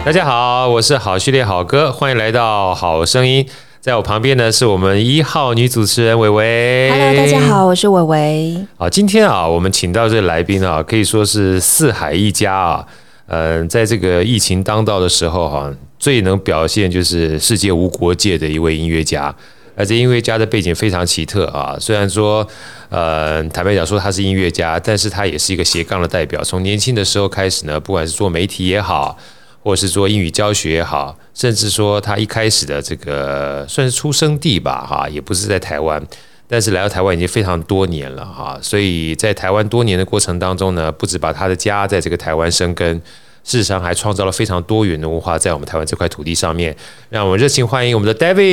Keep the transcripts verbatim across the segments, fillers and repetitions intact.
大家好，我是好序列好哥，欢迎来到好声音。在我旁边呢是我们一号女主持人伟伟。 Hello， 大家好，我是伟伟。 好，今天啊，我们请到这个来宾啊，可以说是四海一家啊。嗯、呃，在这个疫情当道的时候哈、啊，最能表现就是世界无国界的一位音乐家。而这音乐家的背景非常奇特啊，虽然说，呃，坦白讲说他是音乐家，但是他也是一个斜杠的代表。从年轻的时候开始呢，不管是做媒体也好，或是做英语教学也好，甚至说他一开始的这个算是出生地吧，哈，也不是在台湾，但是来到台湾已经非常多年了哈，所以在台湾多年的过程当中呢，不止把他的家在这个台湾生根。事实上，还创造了非常多元的文化在我们台湾这块土地上面。让我们热情欢迎我们的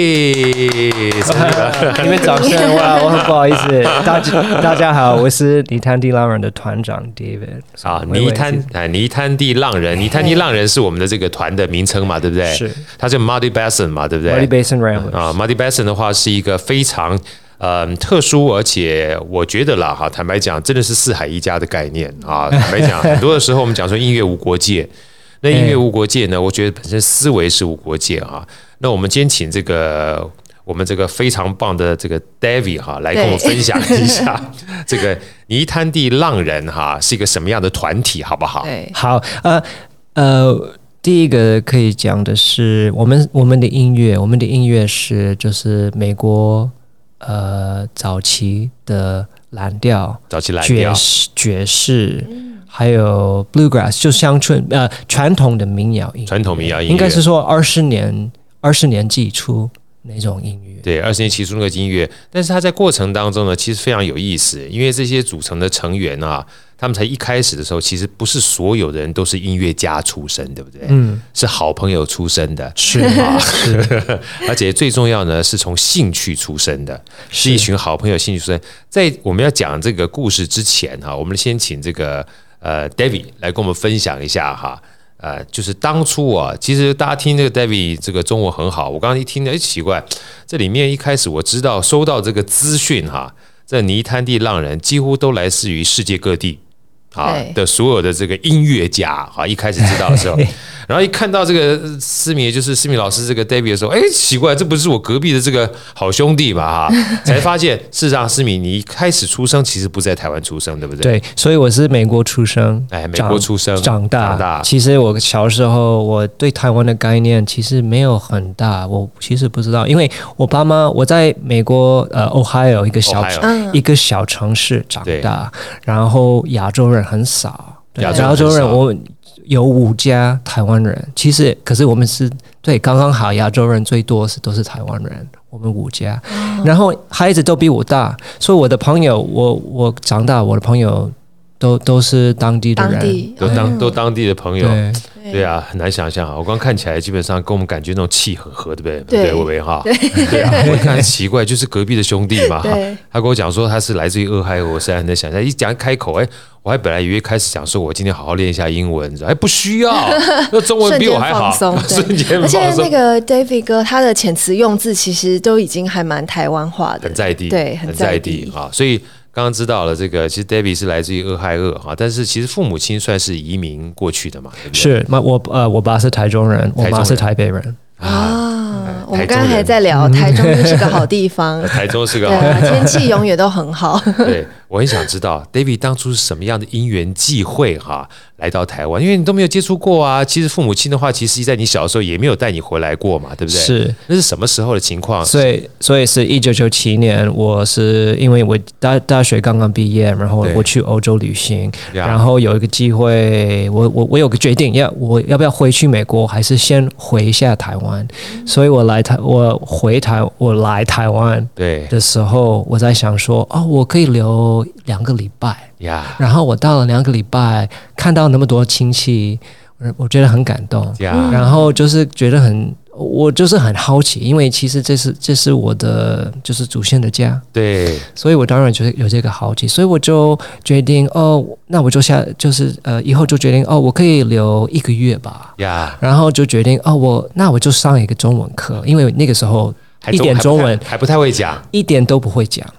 David。 你们掌声哇！我很不好意思，大家大家好，我是泥滩地浪人的团长 David。 啊，泥滩哎，泥滩地浪人，泥滩地浪人是我们的这个团的名称嘛，对不对？ 是， 它叫 Muddy Basin 嘛，对不对 ？Muddy Basin Ramblers 啊 ，Muddy Basin 的话是一个非常。嗯，特殊，而且我觉得啦，哈，坦白讲，真的是四海一家的概念啊。坦白讲，很多的时候我们讲说音乐无国界，那音乐无国界呢，我觉得本身思维是无国界啊。那我们今天请这个我们这个非常棒的这个 David 哈，来跟我们分享一下这个泥滩地浪人哈是一个什么样的团体，好不好？ 对， 好，呃呃。第一个可以讲的是，我们我们的音乐，我们的音乐是就是美国呃早期的蓝调、 早期蓝调、 爵士、爵士，还有 bluegrass， 就乡村呃传统的民谣音乐， 传统民谣音乐， 应该是说二十年二十年季初那种音乐。 对，二十年期初那个音乐，但是它在过程当中呢，其实非常有意思，因为这些组成的成员啊。他们才一开始的时候，其实不是所有的人都是音乐家出身，对不对？嗯，是好朋友出身的， 是啊，是， 而且最重要呢，是从兴趣出身的，是一群好朋友兴趣出身。在我们要讲这个故事之前哈，我们先请这个呃 David 来跟我们分享一下哈。呃，就是当初啊，其实大家听这个 David 这个中文很好，我刚刚一听，哎，奇怪，这里面一开始我知道收到这个资讯哈，这泥滩地浪人几乎都来自于世界各地。啊的所有的这个音乐家啊，一开始知道的时候，然后一看到这个思明，就是思明老师这个 David 的时候，哎，奇怪，这不是我隔壁的这个好兄弟嘛？哈，才发现事实上思明你一开始出生其实不在台湾出生，对不对？ 对，所以我是美国出生， 哎，美国出生长大。 长大。 其实我小时候我对台湾的概念其实没有很大，我其实不知道，因为我爸妈我在美国呃 Ohio 一个小 Ohio 一个小城市长大，然后亚洲人很少， 亚洲, 洲人我有五家台湾人，其实可是我们是对刚刚好，亚洲人最多是都是台湾人，我们五家，然后孩子都比我大，所以我的朋友，我我长大，我的朋友都都是当地的人， 当地都当都当地的朋友。 对对啊，很难想象啊！我刚看起来基本上跟我们感觉那种气很合，对不对？ 对， 微微哈，对啊，我看奇怪，就是隔壁的兄弟嘛。他跟我讲说他是来自于俄亥俄，我实在很难想象。一讲开口，哎，我还本来以为开始讲说我今天好好练一下英文，哎，不需要，那中文比我还好， 瞬间放松。而且那个 David 哥他的遣词用字其实都已经还蛮台湾化的， 很在地， 对， 很在地啊，所以。刚刚知道了这个，其实 David 是来自于俄亥俄哈，但是其实父母亲算是移民过去的嘛，对不对？ 是，我呃，我爸是台中人，我妈是台北人啊。我们刚刚还在聊台中是个好地方， 台中是个好地方， 天气永远都很好。 对，我很想知道 David 当初是什么样的因缘际会哈来到台湾，因为你都没有接触过啊。其实父母亲的话，其实在你小的时候也没有带你回来过嘛，对不对？ 是， 那是什么时候的情况？ 所以，所以是一九九七年，我是因为我大大学刚刚毕业，然后我去欧洲旅行，然后有一个机会，我我我有个决定，要我要不要回去美国，还是先回一下台湾？嗯、所以我来台，我回台，我来台湾对的时候，我在想说，哦，我可以留两个礼拜。 Yeah. 然后我到了两个礼拜，看到那么多亲戚，我觉得很感动。 Yeah. 然后就是觉得很，我就是很好奇，因为其实这是这是我的就是祖先的家， 对， 所以我当然就有这个好奇，所以我就决定哦，那我就下就是呃以后就决定哦，我可以留一个月吧。 Yeah. 然后就决定哦，我那我就上一个中文课，因为那个时候一点中文还不太会讲， 一点都不会讲。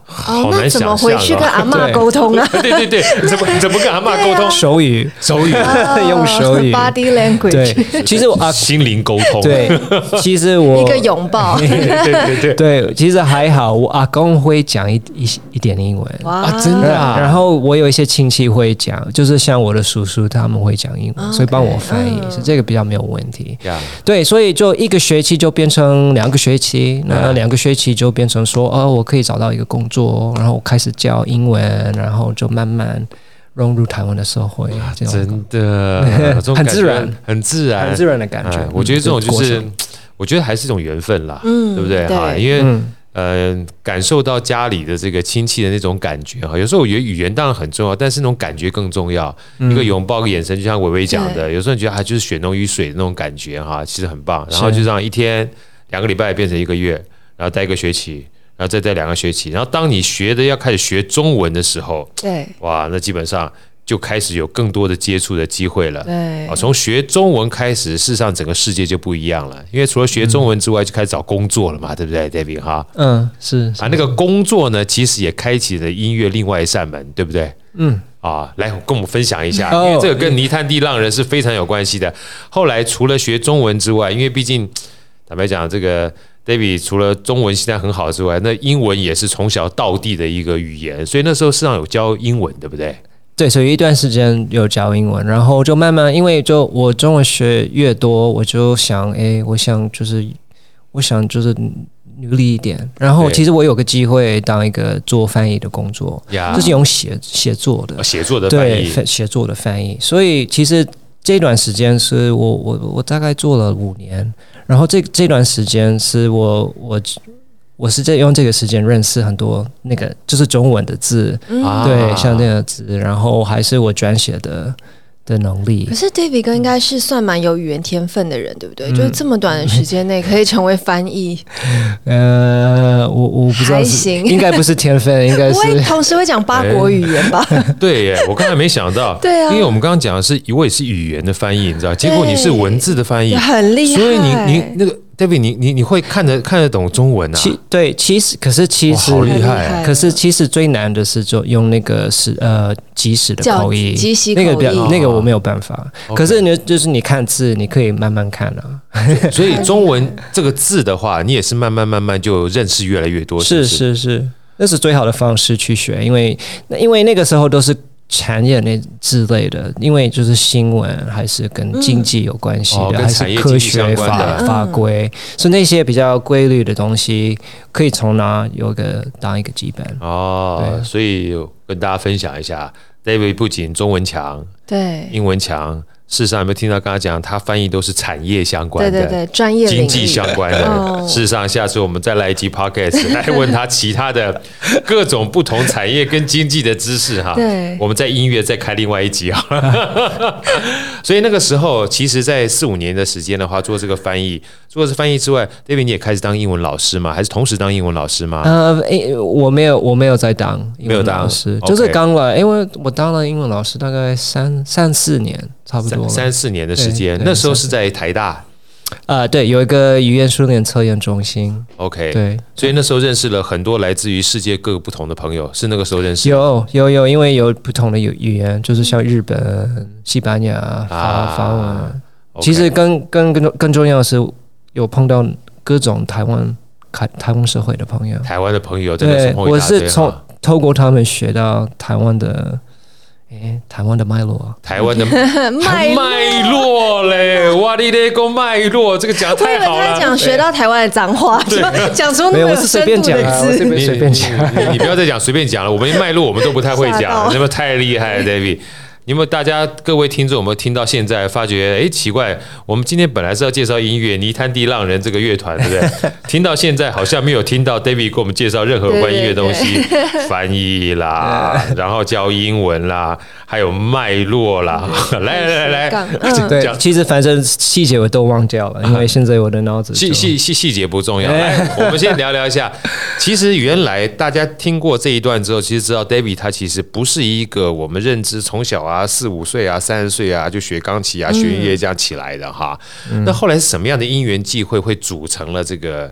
好难想象、哦。 那怎么回去跟阿嬷沟通啊？ 对对对，怎么怎么跟阿嬷沟通？ 手语， 手语， 用手语 ，body language。 对，其实我啊， 心灵沟通。 对，其实我一个拥抱。 对对对对，其实还好，我阿公会讲一一一点英文。 哇，真的啊！ 然后我有一些亲戚会讲，就是像我的叔叔他们会讲英文，所以帮我翻译，是这个比较没有问题。对，所以就一个学期就变成两个学期，那两个学期就变成说，哦，我可以找到一个工作，然后我开始教英文，然后就慢慢融入台湾的社会。 真的， 很自然， 很自然， 很自然的感觉。 我觉得这种就是，我觉得还是一种缘分啦，对不对？哈，因为呃，感受到家里的这个亲戚的那种感觉哈，有时候我觉得语言当然很重要，但是那种感觉更重要。一个拥抱，一个眼神，就像伟伟讲的，有时候你觉得它就是血浓于水的那种感觉哈，其实很棒。然后就这样一天、两个礼拜变成一个月，然后待一个学期，然后再待两个学期，然后当你学的要开始学中文的时候， 对， 哇，那基本上就开始有更多的接触的机会了。 对， 从学中文开始，事实上整个世界就不一样了。因为除了学中文之外，就开始找工作了嘛，对不对 ，David 哈？ 嗯，是啊，那个工作呢，其实也开启了音乐另外一扇门，对不对？ 嗯， 啊，来跟我们分享一下，因为这个跟泥滩地浪人是非常有关系的。后来除了学中文之外，因为毕竟坦白讲，这个 David 除了中文现在很好之外，那英文也是从小到地的一个语言，所以那时候事实上有教英文，对不对？ 对，所以一段时间有教英文，然后就慢慢，因为就我中文学越多，我就想，哎，我想就是，我想就是努力一点。然后其实我有个机会当一个做翻译的工作，就是用写写作的， 写作的翻译， 对，写作的翻译。所以其实这段时间是我我我大概做了五年，然后这这段时间是我我。我是在用这个时间认识很多那个就是中文的字，嗯、对，像那个字，然后还是我转写的的能力。 可是 David 哥应该是算蛮有语言天分的人，对不对？嗯、就是这么短的时间内可以成为翻译。 呃，我我不知道，还行，应该不是天分，应该是。 我同时会讲八国语言吧？ 欸、对耶，我刚才没想到。 对啊， 因为我们刚刚讲的是我也是语言的翻译，你知道，结果你是文字的翻译， 很厉害。 所以你你那个。David， 你你你会看得看得懂中文啊？ 其对，其实可是其实好厉害， 可是其实最难的是就用那个是呃即时的口译， 即时那个比较那个我没有办法。 哦、 可是你就是你看字，你可以慢慢看啊。 所以中文这个字的话，你也是慢慢慢慢就认识越来越多。 是是是，那是最好的方式去学，因为因为那个时候都是。产业那之类的，因为就是新闻还是跟经济有关系的， 嗯、 还是科学法法规，所以那些比较规律的东西，可以从哪有个当一个基本哦。所以跟大家分享一下 ，David 不仅中文强， 对， 英文强。事实上，有没有听到刚刚讲，他翻译都是产业相关的， 对对对，专业经济相关的。哦、事实上，下次我们再来一集 podcast 来问他其他的各种不同产业跟经济的知识哈。 对， 我们在音乐再开另外一集啊。所以那个时候，其实，在四五年的时间的话，做这个翻译，除了是翻译之外 ，David 你也开始当英文老师吗？还是同时当英文老师吗？ 呃，我没有，我没有在当英文老师，就是刚来，因为我当了英文老师大概三三四年。差不多三四年的时间，那时候是在台大， 呃，对，有一个语言训练测验中心。 OK， 对， 所以那时候认识了很多来自于世界各个不同的朋友，是那个时候认识的。 有有有，因为有不同的语言，就是像日本、西班牙、法、啊、法文。Okay、其实更更更更重要的是，有碰到各种台湾台台湾社会的朋友。 台湾的朋友真的是朋友， 我是从透过他们学到台湾的。哎，台湾的脉络， 台湾的脉络嘞，哇哩嘞，个脉络，这个讲太好了。 他讲学到台湾的脏话，讲出那么有深度的字， 随便讲， 你不要再讲随便讲了，我们脉络我们都不太会讲，那么太厉害了 ，David。你有没有大家各位听众有没有听到现在发觉哎奇怪，我们今天本来是要介绍音乐泥滩地浪人这个乐团，对不对？听到现在好像没有听到 David 给我们介绍任何有关音乐的东西，翻译啦，然后教英文啦，还有脉络啦。来来来来， 对，其实反正细节我都忘掉了，因为现在我的脑子细细细细节不重要。来，我们先聊聊一下。其实原来大家听过这一段之后，其实知道 David 他其实不是一个我们认知从小啊。啊，四五岁啊，三十岁啊，就学钢琴啊，学音乐这样起来的哈。嗯、那后来是什么样的因缘际会，会组成了这个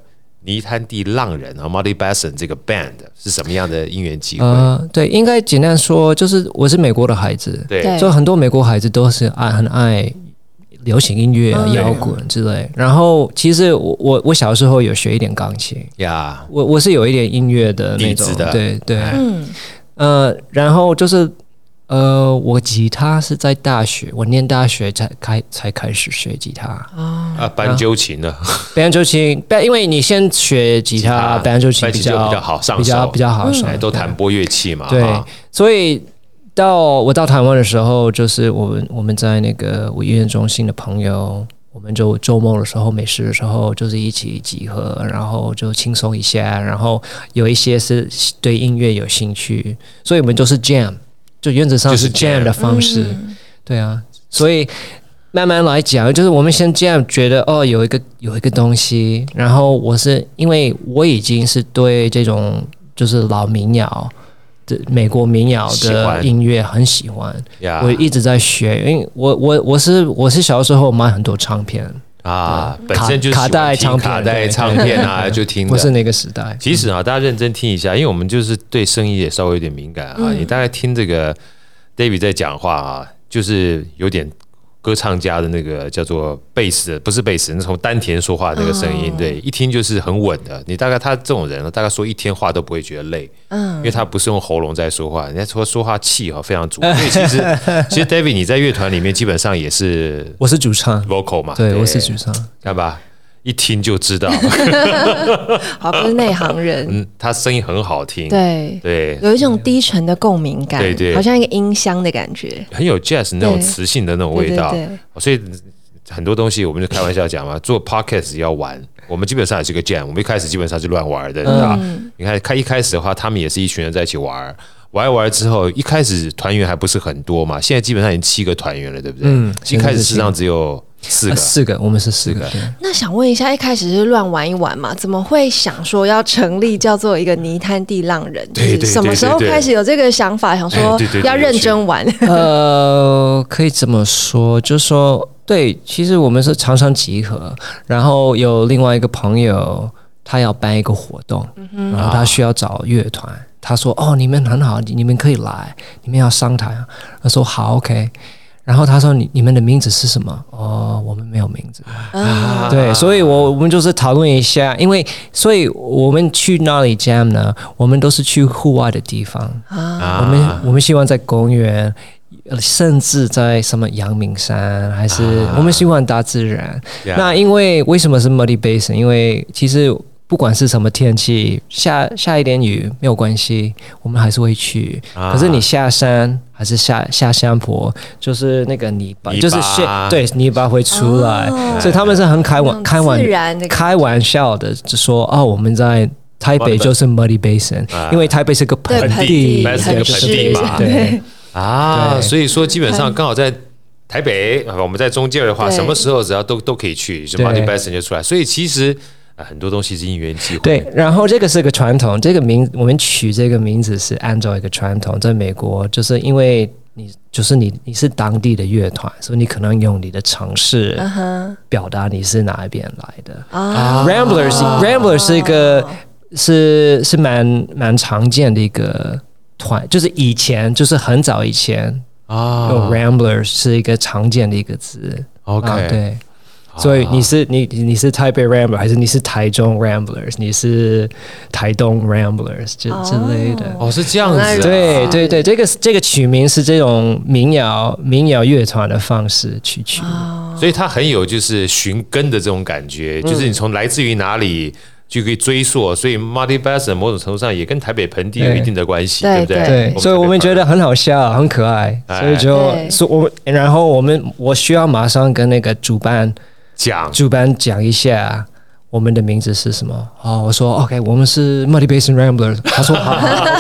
泥滩地浪人啊 Monty Basson 这个 band 是什么样的因缘机会？ 呃，对，应该简单说，就是我是美国的孩子， 对， 所以很多美国孩子都是爱很爱流行音乐、嗯、摇滚之类。然后其实我我我小时候有学一点钢琴呀， yeah, 我我是有一点音乐的那种，的对对，嗯，呃，然后就是。呃，我吉他是在大学，我念大学才开才开始学吉他啊，啊，斑鸠琴呢？ 斑鸠琴，因为你先学吉他，斑鸠琴比较比较好上手， 比较比较好上手， 嗯、都弹拨乐器嘛。 对，所以到我到台湾的时候，就是我们我们在那个我音乐中心的朋友，我们就周末的时候没事的时候，就是一起集合，然后就轻松一下，然后有一些是对音乐有兴趣，所以我们都是 jam。就原则上是 jam 的方式，嗯、对啊，所以慢慢来讲，就是我们先 jam 觉得哦有一个有一个东西，然后我是因为我已经是对这种就是老民谣的美国民谣的音乐很喜欢，喜欢我一直在学，因为我我我是我是小时候买很多唱片。 啊，本身就是卡带唱片、 卡带唱片啊，就听的。 不是那个时代。 其实啊，大家认真听一下，因为我们就是对声音也稍微有点敏感啊。嗯、你大概听这个 David 在讲话啊，就是有点歌唱家的那个叫做贝斯，不是贝斯，那从丹田说话的那个声音，哦、对，一听就是很稳的。你大概他这种人，大概说一天话都不会觉得累，嗯，因为他不是用喉咙在说话，人家说说话气哈非常足。所以其实其实 David 你在乐团里面基本上也是， 我是主唱 vocal 嘛， 对，对我是主唱， 看吧。一听就知道， 好，不是内行人。 嗯，他声音很好听， 对对， 有一种低沉的共鸣感， 对对， 好像一个音箱的感觉， 很有 jazz 那种磁性的那种味道。 对对对对， 所以很多东西我们就开玩笑讲嘛，做 podcast 要玩，我们基本上也是个 jam， 我们一开始基本上是乱玩的，你知道？嗯、你看开一开始的话，他们也是一群人在一起玩。玩一玩之后，一开始团员还不是很多嘛，现在基本上已经七个团员了，对不对？嗯，一开始事实上只有四个， 啊、四个，我们是四个。 那想问一下，一开始是乱玩一玩嘛？怎么会想说要成立叫做一个泥滩地浪人？ 对对对对对， 什么时候开始有这个想法？想说要认真玩？ 呃，可以这么说，就是说，对，其实我们是常常集合，然后有另外一个朋友，他要办一个活动，嗯、然后他需要找乐团。他说：“哦，你们很好，你们可以来，你们要上台。”他说：“好 ，OK。”然后他说：“你你们的名字是什么？”哦，我们没有名字。啊、对，所以我我们就是讨论一下，因为所以我们去哪里 jam 呢？我们都是去户外的地方。啊、我们我们希望在公园，甚至在什么阳明山，还是、啊、我们喜欢大自然。Yeah. 那因为为什么是 Muddy Basin？ 因为其实。不管是什么天气，下下一点雨没有关系，我们还是会去。啊、可是你下山还是下下山坡，就是那个泥巴， 泥巴就是对泥巴会出来，哦、所以他们是很开玩开玩开玩笑的，就说哦，我们在台北就是 Muddy Basin，、啊、因为台北是个盆地， 是个盆地嘛， 对啊，所以说基本上刚好在。台北，我们在中间的话，什么时候只要都都可以去，就 Muddy Basin 就出来。所以其实。啊、很多东西是因缘际会。 对，然后这个是个传统，这个名我们取这个名字是按照一个传统，在美国就是因为你就是你你是当地的乐团，所以你可能用你的城市表达你是哪一边来的。啊、Ramblers Ramblers 是一个是是蛮蛮常见的一个团，就是以前就是很早以前啊，用 Ramblers 是一个常见的一个字。 OK，、啊、 对。所以你是你你是台北 Ramblers 还是你是台中 Ramblers？ 你是台东 Ramblers 之之类的？ 哦，是这样子、啊。 对对对，这个这个取名是这种民谣民谣乐团的方式去取名， 哦、 所以它很有就是寻根的这种感觉，嗯、就是你从来自于哪里就可以追溯。所以 Muddy Basin 某种程度上也跟台北盆地有一定的关系， 对, 对不对？ 对，所以我们觉得很好笑，很可爱，所以就所以我然后我们我需要马上跟那个主办。 讲主办讲一下我们的名字是什么？哦，我说 OK， 我们是 Muddy Basin Ramblers。他说好，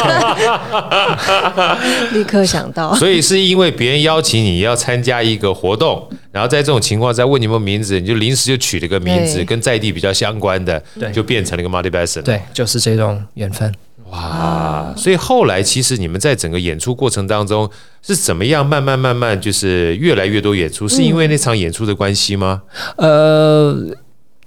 好 ，OK， 立刻想到。 所以是因为别人邀请你要参加一个活动，然后在这种情况下问你有没有名字，你就临时就取了个名字，跟在地比较相关的，就变成了一个 Muddy Basin。 对，就是这种缘分。 哇，所以后来其实你们在整个演出过程当中是怎么样慢慢慢慢就是越来越多演出，是因为那场演出的关系吗？ 呃，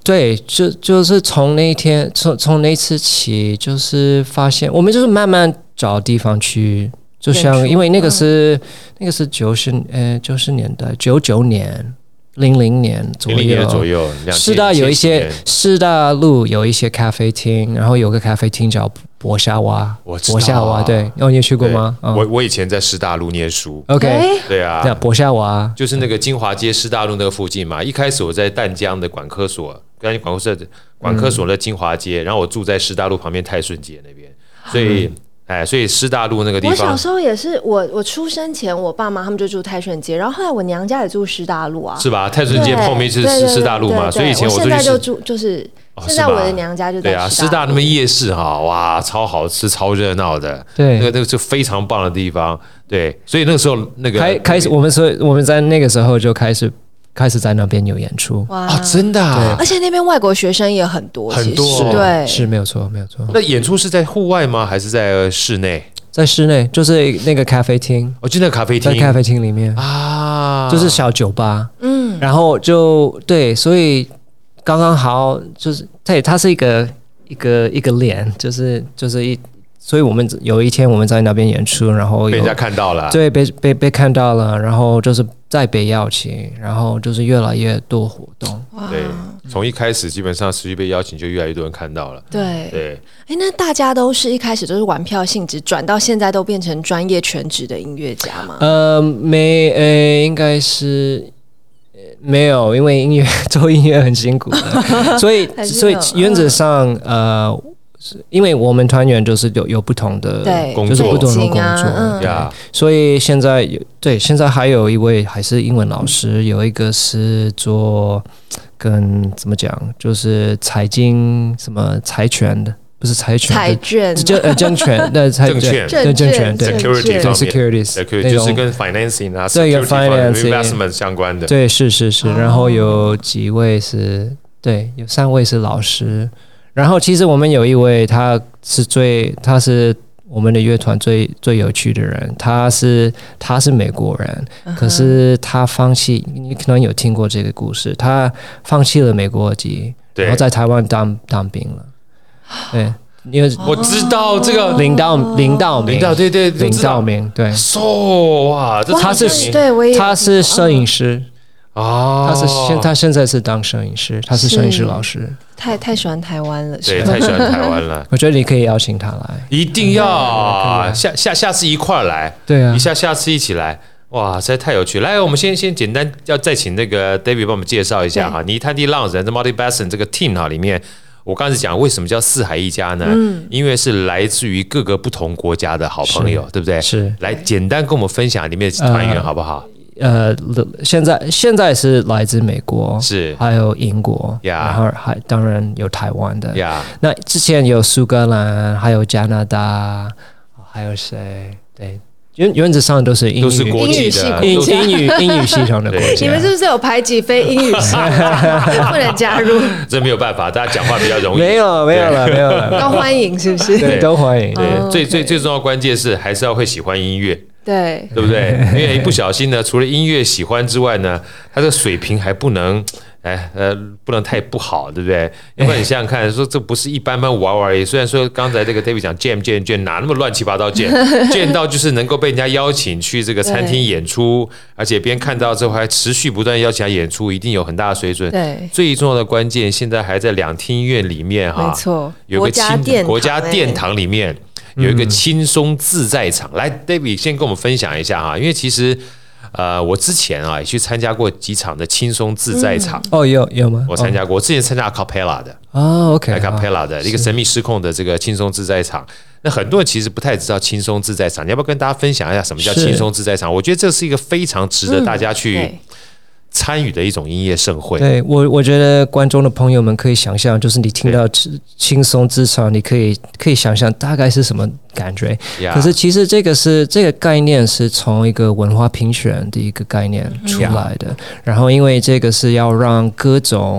对，就就是从那一天，从从那次起，就是发现我们就是慢慢找地方去，就像因为那个是、嗯、那个是九十呃九十年代九九年。零零年左右，零零年左右， 师大有一些师大路有一些咖啡厅，然后有个咖啡厅叫博夏娃， 我知道、啊、 博夏娃，对，哦，你有去过吗？ 嗯、我我以前在师大路念书 ，OK， 对啊， 对博夏娃就是那个金华街师大路那个附近嘛。一开始我在淡江的管科所，跟管科所管科所的金华街、嗯，然后我住在师大路旁边泰顺街那边，所以。嗯哎，所以师大路那个地方， 我小时候也是，我我出生前，我爸妈他们就住泰顺街，然后后来我娘家也住师大路啊， 是吧？泰顺街后面就是师大路嘛，所以以前我现在就住就是、哦、现在我的娘家就在师大路。对啊， 师大那边夜市哈，哇，超好吃，超热闹的， 对， 那个那个是非常棒的地方，对，所以那个时候那个开开始，我们说我们在那个时候就开始。开始在那边有演出哇、啊，真的、啊， 而且那边外国学生也很多， 很多， 对， 是没有错，没有错。 那演出是在户外吗？还是在室内？ 在室内，就是那个咖啡厅， 哦，就那个咖啡厅， 在咖啡厅里面啊， 就是小酒吧， 嗯， 然后就对，所以刚刚好，就是对，它是一个一个一个脸，就是就是一。所以我们有一天我们在那边演出，然后被人家看到了， 对，被被被看到了，然后就是再被邀请，然后就是越来越多活动。 对，从一开始基本上持续被邀请，就越来越多人看到了。 对对， 哎，那大家都是一开始都是玩票性质，转到现在都变成专业全职的音乐家吗？ 呃，没，呃，应该是。没有，因为音乐做音乐很辛苦的，所以所以原则上呃。因为我们团员就是有有不同的工作， 就是不同的工作， 啊嗯、 所以现在有对现在还有一位还是英文老师，有一个是做跟怎么讲，就是财经什么财权的，不是财权， 财券， 就呃证券的财证券， 对证券，对 security 方面 securities， 就是跟 financing 啊， 对，跟 financing investment 相关的， 对，是是是，然后有几位是，对，有三位是老师。然后其实我们有一位，他是最，他是我们的乐团最最有趣的人，他是他是美国人， uh-huh. 可是他放弃，你可能有听过这个故事，他放弃了美国籍，然后在台湾当当兵了，对。因为我知道这个林道林道明， 林道对对林道明对， so 哇，这他是对，我也他是摄影师。 哦， 他是现他现在是当摄影师，他是摄影师老师。 太太喜欢台湾了， 对，太喜欢台湾了。 我觉得你可以邀请他来， 一定要下下下次一块来， 对啊， 一下下次一起来，哇，实在太有趣。来，我们先先简单要再请那个 David 帮我们介绍一下哈，泥滩地浪人的 Multi Basin 这个 team 哈里面。我刚才讲为什么叫四海一家呢？嗯，因为是来自于各个不同国家的好朋友，对不对？ 是。 来，简单跟我们分享里面的团员好不好？ 呃，现在现在是来自美国， 是， 还有英国， yeah. 然后还当然有台湾的， yeah. 那之前有苏格兰，还有加拿大，还有谁？对。原原则上都是英语， 都是国际的英英语英语系统的国家。 你们是不是有排挤非英语系不能加入？ 这没有办法，大家讲话比较容易。 没有没有了没有了， 都欢迎是不是？ 对，都欢迎。 对，哦、最最最重要的关键是还是要会喜欢音乐。 对， 对不对？因为一不小心呢，除了音乐喜欢之外呢，他的水平还不能，哎呃，不能太不好，对不对？要不然你想想看，说这不是一般般玩玩而已。虽然说刚才这个 David 讲 jam jam jam 哪那么乱七八糟 jam jam 到就是能够被人家邀请去这个餐厅演出，而且别人看到之后还持续不断邀请他演出，一定有很大的水准。 对， 最重要的关键现在还在两厅院里面哈， 没错， 有个亲国家殿堂里面。有一个轻松自在场，来 ，David 先跟我们分享一下哈，因为其实，呃，我之前啊也去参加过几场的轻松自在场。 哦，有有吗？ 我参加过，我之前参加 Capella 的。 哦 ，OK，Capella 的一个神秘失控的这个轻松自在场。那很多人其实不太知道轻松自在场，你要不要跟大家分享一下什么叫轻松自在场？我觉得这是一个非常值得大家去参与的一种音乐盛会。 对我，我觉得观众的朋友们可以想象，就是你听到轻松自场，你可以可以想象大概是什么感觉。Yeah. 可是其实这个是这个概念是从一个文化评选的一个概念出来的。Yeah. 然后因为这个是要让各种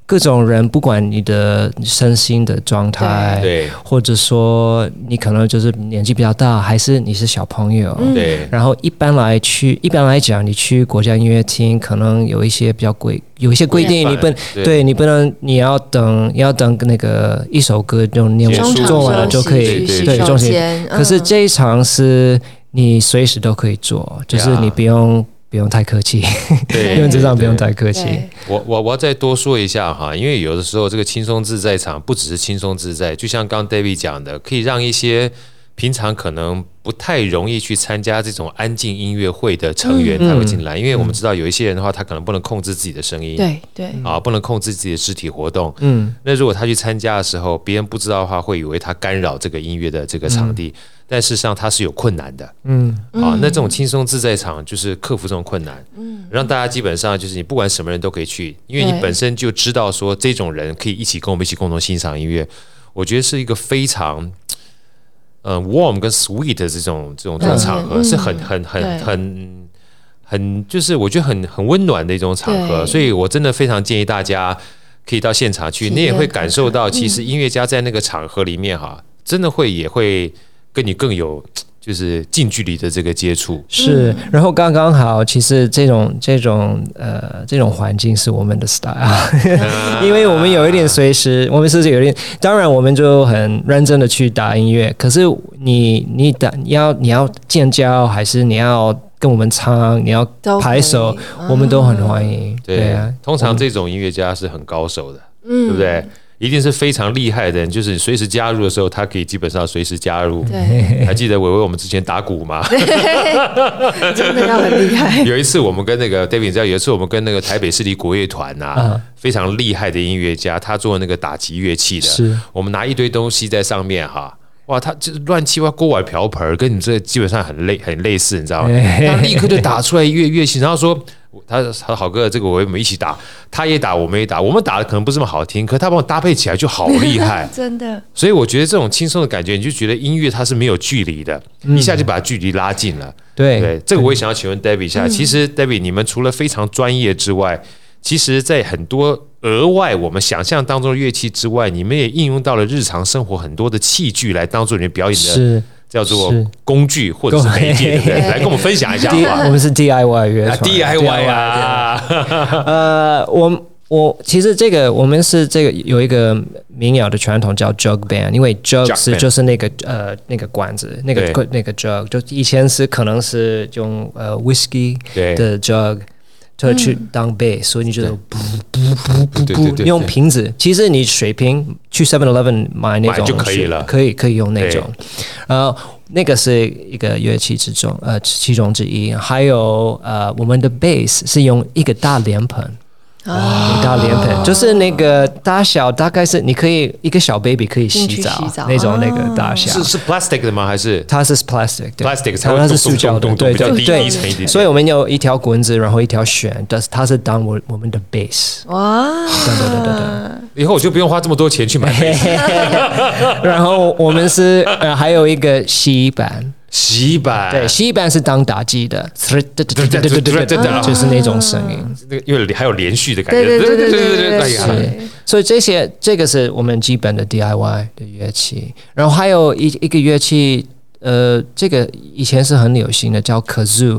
各种人，不管你的身心的状态， 对， 或者说你可能就是年纪比较大，还是你是小朋友， 对。 然后一般来去，一般来讲，你去国家音乐厅，可能有一些比较规，有一些规定，你不能，对你不能，你要等，你要等那个一首歌就念完做完了就可以，对，中间。可是这一场是你随时都可以做，就是你不用。不用太客气， 对， 原则上不用太客气。 我我我要再多说一下哈，因为有的时候这个轻松自在场不只是轻松自在，就像刚 David 讲的，可以让一些平常可能不太容易去参加这种安静音乐会的成员他会进来，嗯、因为我们知道有一些人的话，他可能不能控制自己的声音， 对对， 啊，不能控制自己的肢体活动。嗯，那如果他去参加的时候，别人不知道的话，会以为他干扰这个音乐的这个场地。嗯，但事实上它是有困难的，嗯，啊，那这种轻松自在场就是克服这种困难，嗯，让大家基本上就是你不管什么人都可以去，因为你本身就知道说这种人可以一起跟我们一起共同欣赏音乐，我觉得是一个非常，呃 warm 跟 sweet 的这种这种这种场合，是很很很很很就是我觉得很很温暖的一种场合，所以我真的非常建议大家可以到现场去，你也会感受到其实音乐家在那个场合里面哈，真的会也会。跟你更有就是近距离的这个接触是，然后刚刚好，其实这种这种呃这种环境是我们的 style， 因为我们有一点随时，我们是有一点，当然我们就很认真的去打音乐，可是你你打你要你要尖叫还是你要跟我们唱，你要拍手，我们都很欢迎。 对, 对啊，通常这种音乐家是很高手的，嗯，对不对？一定是非常厉害的人，就是随时加入的时候，他可以基本上随时加入。对，还记得伟伟我们之前打鼓吗？ 真的要很厉害。 有一次我们跟那个 David， 你知道有一次我们跟那个台北市立国乐团啊，嗯、非常厉害的音乐家，他做那个打击乐器的，是我们拿一堆东西在上面哈。哇，他就是乱七八锅碗瓢盆，跟你这基本上很类很类似，你知道吗？他立刻就打出来乐乐器，然后说他他好哥，这个我们一起打，他也打，我们也打，我们打的可能不是这么好听，可他帮我搭配起来就好厉害， 真的。 所以我觉得这种轻松的感觉，你就觉得音乐它是没有距离的，嗯、一下就把距离拉近了。 对对，这个我也想要请问 David 一下，嗯、其实 David 你们除了非常专业之外，其实在很多额外我们想象当中的乐器之外，你们也应用到了日常生活很多的器具来当做你们表演的叫做工具或者是媒介，对不对？来跟我们分享一下好不好？ 我们是 D I Y 乐团 ，D I Y 啊， 呃，我我其实这个我们是这个有一个民谣的传统叫 jug band， 因为 jug 是就是那个呃那个管子，那个那个 jug， 就以前是可能是用呃 whisky 的 jug。就去当 bass，、嗯、所以你就不不不不不用瓶子。其实你水瓶去 seven eleven 买那种就可以了， 可以可以用那种。呃，那个是一个乐器之中，呃，其中之一。还有呃，我们的 bass 是用一个大脸盆。哇！大脸盆就是那个大小，大概是你可以一个小 baby 可以洗澡, 洗澡那种那个大小。 是是 plastic 的吗？还是它是 plastic？ plastic 它是塑胶的，对对对。所以我们有一条棍子，然后一条弦，但是它是当我我们的 base。哇！对对对对对。 以后我就不用花这么多钱去买 base。 然后我们是呃还有一个洗衣板。 洗衣板对，洗衣板是当打击的，就是那种声音， 因为还有连续的感觉。 对对对对对对。 所以这些这个是我们基本的 D I Y 的乐器，然后还有一一个乐器，呃，这个以前是很流行的，叫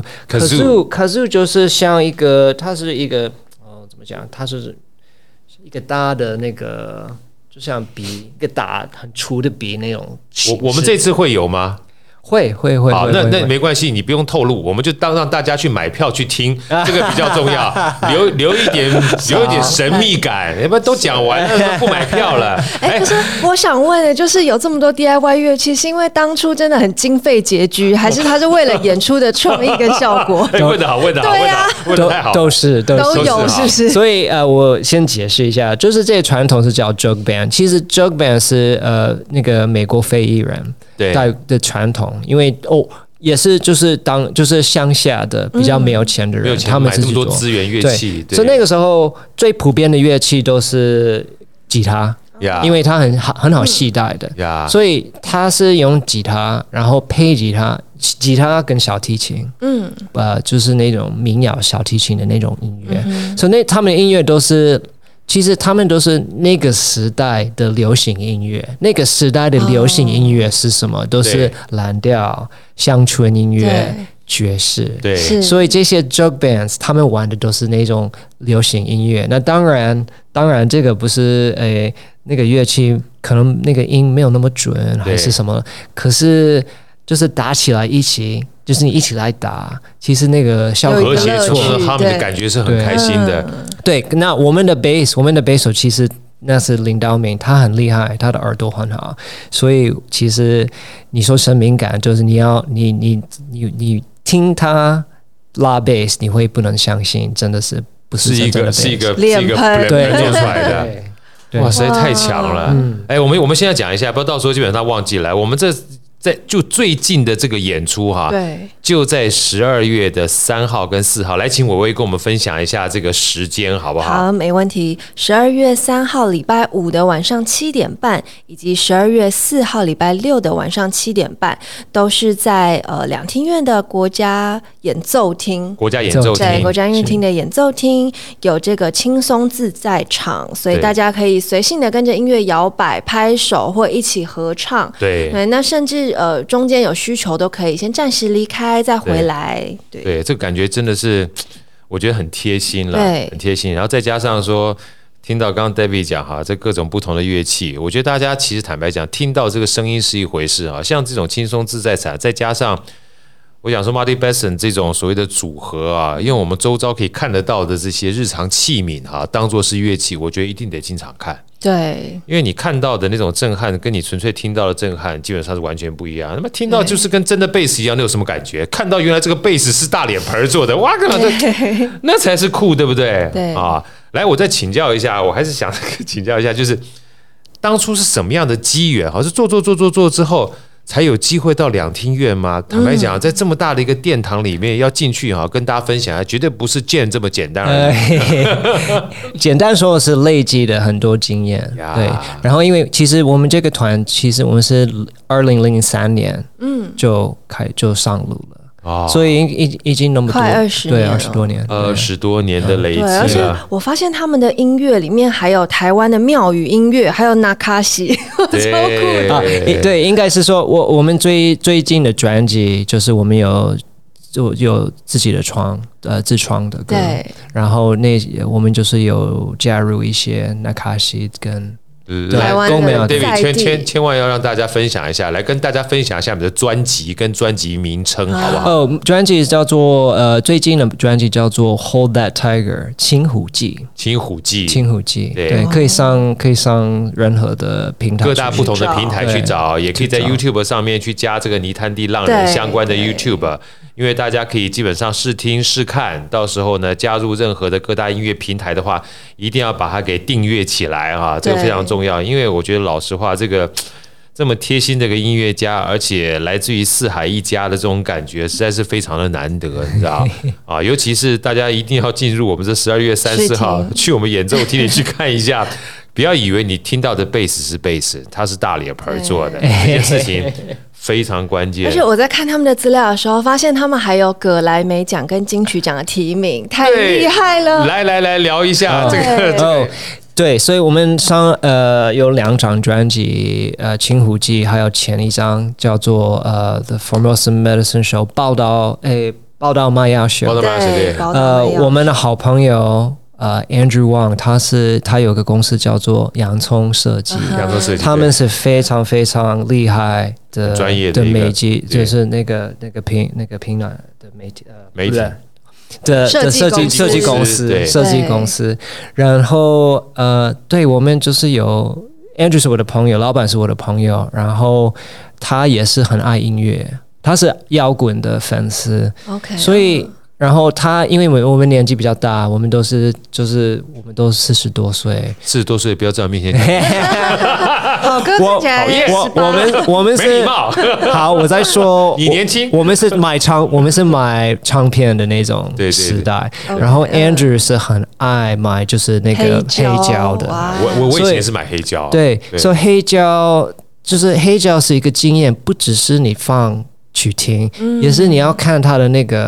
kazoo。kazoo kazoo 就是像一个，它是一个呃怎么讲？它是一个大的那个，就像笔一个大很粗的笔那种。 我我们这次会有吗？ 会会会， 好，那那没关系，你不用透露，我们就当让大家去买票去听，这个比较重要，留留一点留一点神秘感，要不然都讲完了，不买票了。 哎，可是我想问的，就是有这么多 D I Y 乐器，是因为当初真的很经费拮据，还是它是为了演出的创意跟效果？ 问得好，问得好， 对啊， 问得太好， 都是都都有，是不是？ 所以呃，我先解释一下，就是这个传统是叫 jug band， 其实 jug band 是呃那个美国非裔人。带的传统，因为哦，也是就是当就是乡下的比较没有钱的人， 嗯、 他们是买这么多资源乐器， 所以那个时候最普遍的乐器都是吉他， yeah. 因为它很好很好携带的， yeah. 所以它是用吉他，然后配吉他，吉他跟小提琴，嗯，呃，就是那种民谣小提琴的那种音乐，嗯、所以那他们的音乐都是其实他们都是那个时代的流行音乐，那个时代的流行音乐是什么？都是蓝调、乡村音乐、爵士。 对， 所以这些 jug bands 他们玩的都是那种流行音乐。那当然，当然这个不是诶那个乐器可能那个音没有那么准，还是什么？可是就是打起来一起。就是你一起来打，其实那个效果和谐出他们的感觉是很开心的。 对，对那我们的 bass， 我们的 bass 手其实那是林道明，他很厉害，他的耳朵很好，所以其实你说神明感，就是你要你你你你听他拉 bass， 你会不能相信，真的是不是真正的 bass， 是一个脸盆对做出来的。哇，实在太强了！嗯，哎，我们我们现在讲一下，不要到时候基本上忘记来。我们这。在就最近的这个演出哈， 对， 就在十二月的三号跟四号，来请伟伟跟我们分享一下这个时间好不好？ 好，没问题。十二月三号礼拜五的晚上七点半，以及十二月四号礼拜六的晚上七点半，都是在呃两厅院的国家演奏厅， 国家演奏厅， 对，国家音乐厅的演奏厅有这个轻松自在场，所以大家可以随性的跟着音乐摇摆、拍手或一起合唱。 对， 对，那甚至呃，中间有需求都可以先暂时离开，再回来。对， 对，这个感觉真的是，我觉得很贴心了，很贴心。然后再加上说，听到刚刚 David 讲哈，这各种不同的乐器，我觉得大家其实坦白讲，听到这个声音是一回事啊，像这种轻松自在场，再加上我想说 Marty Besson 这种所谓的组合啊，因为我们周遭可以看得到的这些日常器皿哈、啊，当作是乐器，我觉得一定得经常看。 对， 因为你看到的那种震撼，跟你纯粹听到的震撼，基本上是完全不一样。那么听到就是跟真的贝斯一样，那有什么感觉？看到原来这个贝斯是大脸盆做的，哇，这那才是酷，对不对？ 对啊，来，我再请教一下，我还是想请教一下，就是当初是什么样的机缘？好，是做做做做做之后。才有机会到两厅院吗？坦白讲，在这么大的一个殿堂里面要进去哈，跟大家分享，绝对不是见这么简单而已。 呃、简单说的是累积的很多经验，对。然后因为其实我们这个团，其实我们是二零零三年嗯就开就上路了。哦、所以已已经那么多快二十对二十多年， 二十多年的累积了。 而且我发现他们的音乐里面还有台湾的庙宇音乐，还有那卡西，超酷的啊！对，应该是说我我们最最近的专辑就是我们有就有自己的创呃自创的歌， 对， 然后那我们就是有加入一些那卡西跟。 台湾的对，千千千万要让大家分享一下，来跟大家分享一下你的专辑跟专辑名称，好不好？ 哦，专辑叫做呃，最近的专辑叫做《Hold That Tiger》青虎记， 青虎记， 青虎记，对，可以上可以上任何的平台， 各大不同的平台去找，也可以在 YouTube 上面去加这个泥滩地浪人相关的 YouTube。因为大家可以基本上试听试看，到时候呢加入任何的各大音乐平台的话，一定要把它给订阅起来哈，这个非常重要。因为我觉得老实话，这个这么贴心的一个音乐家，而且来自于四海一家的这种感觉，实在是非常的难得，你知道啊？尤其是大家一定要进入我们这十二月三十号去我们演奏厅里去看一下。不要以为你听到的贝斯是贝斯，它是大脸盆做的，这件事情非常关键。 而且我在看他们的资料的时候，发现他们还有葛莱美奖跟金曲奖的提名，太厉害了！ 来来来，聊一下、哦、这个。这个对，所以我们上呃有两张专辑，呃《青虎记》，还有前一张叫做呃《The Formosa Medicine Show》报道，诶，报道玛雅秀， 报道玛雅秀， 呃，我们的好朋友。呃、uh, ，Andrew Wang， 他是他有个公司叫做洋葱设计， 洋葱设计， 他们是非常非常厉害的专业的媒体，就是那个那个平那个平暖的媒体呃媒体的的设计设计公司设计公司，然后呃，对我们就是有 Andrew 是我的朋友，老板是我的朋友，然后他也是很爱音乐，他是摇滚的粉丝 ，OK， 所以。然后他，因为我们年纪比较大，我们都是就是我们都四十多岁， 四十多岁不要在我面前讲。 好哥， 我我我们我们是好，我在说你年轻， 我们是买唱，我们是买唱片的那种时代。 对对对然后 Andrew 是很爱买就是那个黑胶的， 我我我以前是买黑胶， 对，对所以黑胶就是黑胶是一个经验，不只是你放去听，嗯、也是你要看它的那个。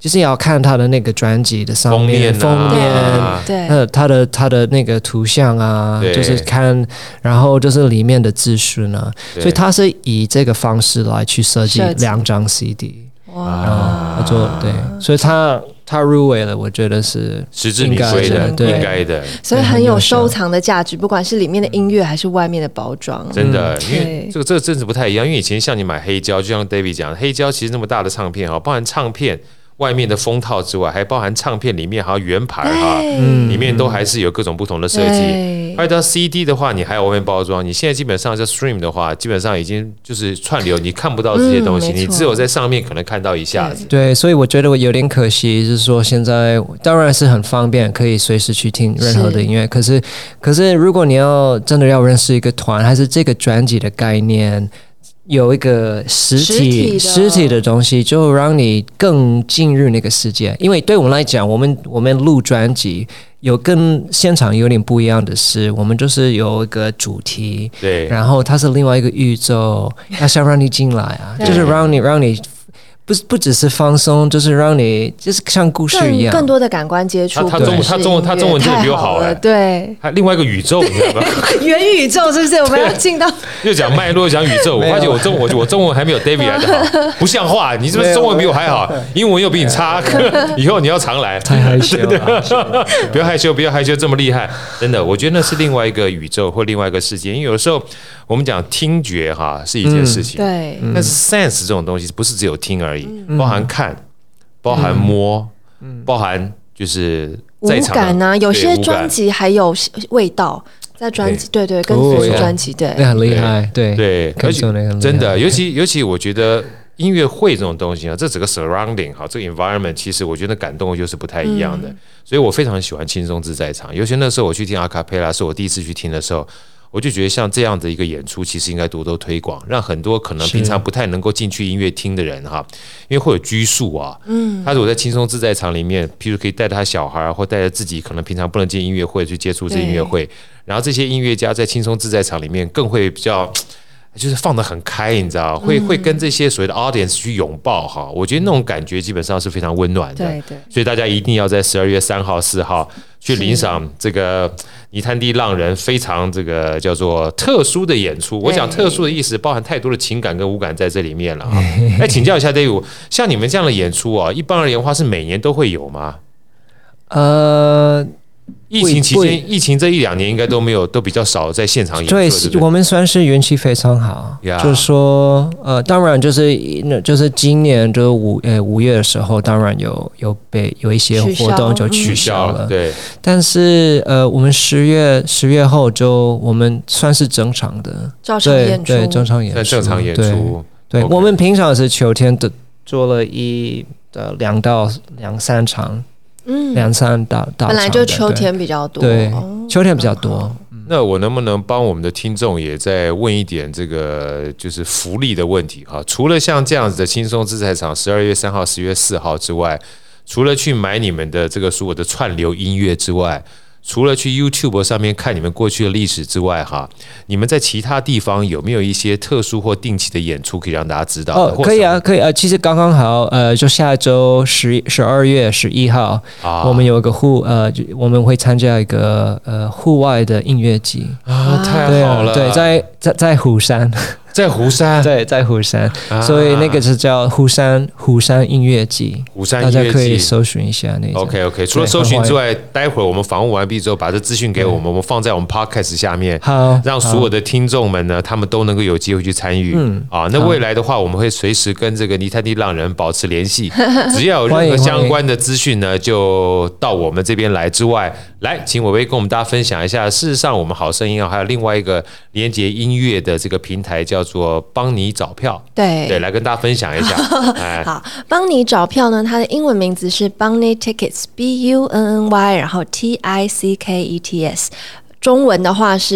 就是要看他的那个专辑的上面封面、 啊、 封面， 对，他的他的那个图像啊，就是看，然后就是里面的资讯啊，所以他是以这个方式来去设计两张 C D。哇，做对，所以他他入围了，我觉得是实至名归的，应该的， 所以很有收藏的价值，不管是里面的音乐还是外面的包装， 真的，因为这个这个真是不太一样。因为以前像你买黑胶，就像 David 讲，黑胶其实那么大的唱片哈，包含唱片外面的封套之外，还包含唱片里面还有圆盘哈，里面都还是有各种不同的设计。而到 C D 的话，你还有外面包装。你现在基本上在 stream 的话，基本上已经就是串流，你看不到这些东西，嗯、你只有在上面可能看到一下子。 对，所以我觉得我有点可惜，就是说现在当然是很方便，可以随时去听任何的音乐。可是，可是如果你要真的要认识一个团，还是这个专辑的概念。有一个实体实体的东西，就让你更进入那个世界。因为对我们来讲，我们我们录专辑有跟现场有点不一样的是，我们就是有一个主题， 对， 然后它是另外一个宇宙，它想让你进来啊，就是让你让你。不不只是放松，就是让你就是像故事一样， 更多的感官接触。 他中他中文他中文真的比我好了， 对， 他另外一个宇宙，你知道吗？ 元宇宙是不是？我们要进到又讲脉络，讲宇宙。我发现我中我我中文还没有 David 来的好，不像话！你是不是中文比我还好？英文又比你差，以后你要常来。 太害羞了， 不要害羞，不要害羞，这么厉害，真的，我觉得那是另外一个宇宙或另外一个世界。因为有的时候我们讲听觉哈是一件事情， 对， 但是 sense 这种东西不是只有听而已，包含看。包含摸，嗯、包含就是在场无感啊，有些专辑还有味道，在专辑对 对, 对，跟随着专辑对， 那很厉害，对对，而且真的，尤其尤其我觉得音乐会这种东西啊，这整个 surrounding 好，这个 environment 其实我觉得感动就是不太一样的，嗯、所以我非常喜欢轻松自在场，尤其那时候我去听阿卡贝拉，是我第一次去听的时候。我就觉得像这样的一个演出，其实应该多多推广，让很多可能平常不太能够进去音乐厅的人哈，因为会有拘束啊。嗯，他如果在轻松自在场里面，譬如可以带着他小孩，或带着自己可能平常不能进音乐会去接触这音乐会，然后这些音乐家在轻松自在场里面更会比较。就是放得很开，你知道，会会跟这些所谓的 audience 去拥抱哈，我觉得那种感觉基本上是非常温暖的。 对对， 所以大家一定要在十二月三号、四号去领赏这个泥滩地浪人非常这个叫做特殊的演出。我讲特殊的意思，包含太多的情感跟五感在这里面了哈。哎，请教一下 David， 像你们这样的演出啊，一般而言的话是每年都会有吗？呃。疫情期间，疫情这一两年应该都没有，都比较少在现场演出。对，对对， 我们算是运气非常好。Yeah. 就是说，呃，当然就是就是今年就五呃五月的时候，当然有有被有一些活动就取消了。 对， 但是呃，我们十月十月后就我们算是正常的， 照常演出， 对，正常演出， 正常演出。 对，对 okay. 我们平常是秋天的做了一的两到两三场。嗯，两三大大本来就秋天比较多， 对，哦、秋天比较多。 那我能不能帮我们的听众也再问一点这个就是福利的问题哈？除了像这样子的轻松自在场，十二月三号、十月四号之外，除了去买你们的这个所有的串流音乐之外，除了去 YouTube 上面看你们过去的历史之外，哈，你们在其他地方有没有一些特殊或定期的演出可以让大家知道？ 哦，可以啊，可以啊。其实刚刚好，呃，就下周十十二月十一号，啊、我们有一个户，呃，我们会参加一个呃户外的音乐季啊，太好了， 对，在在在虎山。 在湖山， 对，在湖山，啊、所以那个是叫湖山湖山音乐季， 湖山音乐季， 大家可以搜寻一下那。 OK OK， 除了搜寻之外，待会儿我们访问完毕之后，把这资讯给我们，我们放在我们 Podcast 下面， 好， 让所有的听众们呢，他们都能够有机会去参与。嗯，啊，那未来的话，我们会随时跟这个泥滩地浪人保持联系，只要有任何相关的资讯呢，就到我们这边来。之外，来，请伟伟跟我们大家分享一下。事实上，我们好声音啊，还有另外一个连结音乐的这个平台叫做帮你找票， 对对，来跟大家分享一下。 好，帮你找票呢，它的英文名字是 Bunny Tickets，B U N N Y， 然后 T I C K E T S， 中文的话是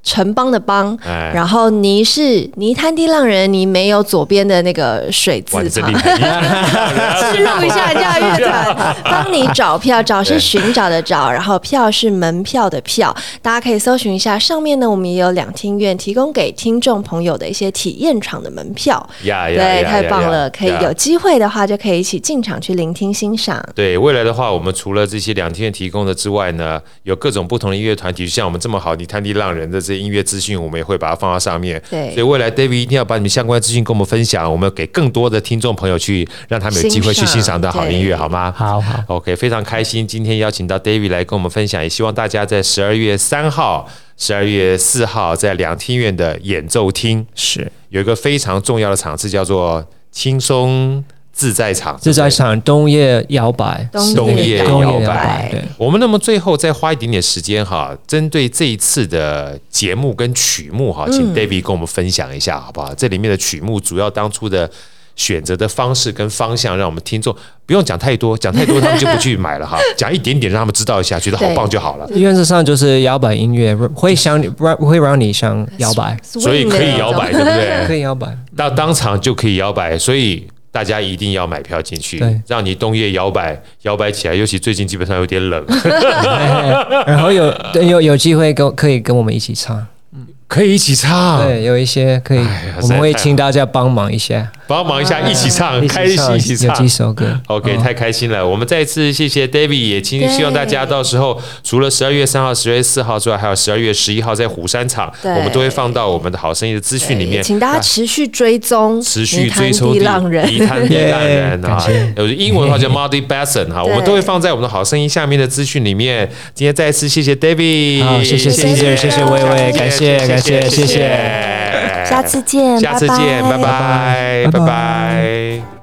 城邦的邦， 哎、 然后泥是泥滩地浪人，泥没有左边的那个水字旁，植入一下人家乐团，帮你找票，找是寻找的找，然后票是门票的票，大家可以搜寻一下。上面呢，我们也有两厅院提供给听众朋友的一些体验场的门票， 呀呀对， 呀太棒了， 呀可以有机会的话就可以一起进场去聆听欣赏。 对，未来的话，我们除了这些两厅院提供的之外呢，有各种不同的音乐团体，像我们这么好泥滩地浪人的这些音乐资讯，我们也会把它放到上面。 对， 所以未来 David 一定要把你们相关的资讯跟我们分享，我们给更多的听众朋友去让他们有机会去欣赏到好音乐，好吗？ 好好 ，OK， 非常开心，今天邀请到 David 来跟我们分享，也希望大家在十二月三号、十二月四号在两厅院的演奏厅是有一个非常重要的场次，叫做轻松自在场， 自在场冬夜摇摆， 冬夜摇摆。 摆对， 我们那么最后再花一点点时间哈，针对这一次的节目跟曲目哈，请 David 跟我们分享一下好不好？这里面的曲目主要当初的选择的方式跟方向，让我们听众不用讲太多，讲太多他们就不去买了哈，讲一点点让他们知道一下，觉得好棒就好了。 原则上就是摇摆音乐会想会让你想摇摆， 所以可以摇摆，对不对？ 可以摇摆， 到当场就可以摇摆，所以大家一定要买票进去，让你冬夜摇摆摇摆起来。尤其最近基本上有点冷， 然后有有有机会跟可以跟我们一起唱。 可以一起唱， 对，有一些可以，我们会请大家帮忙一下， 帮忙一下，一起唱，开心一起唱， 有几首歌 ，OK， 太开心了。我们再次谢谢 David， 也希希望大家到时候除了十二月三号、十二月四号之外，还有十二月十一号在虎山场，我们都会放到我们的好声音的资讯里面， 请大家持续追踪， 持续追踪泥滩地浪人， 泥滩地浪人啊，有英文的话叫 Muddy Basin 哈，我们都会放在我们的好声音下面的资讯里面。今天再次谢谢 David， 好，谢谢 Caesar， 谢谢薇薇，感谢感谢谢谢。 下次见， 下次见，拜拜， 拜拜。 拜拜。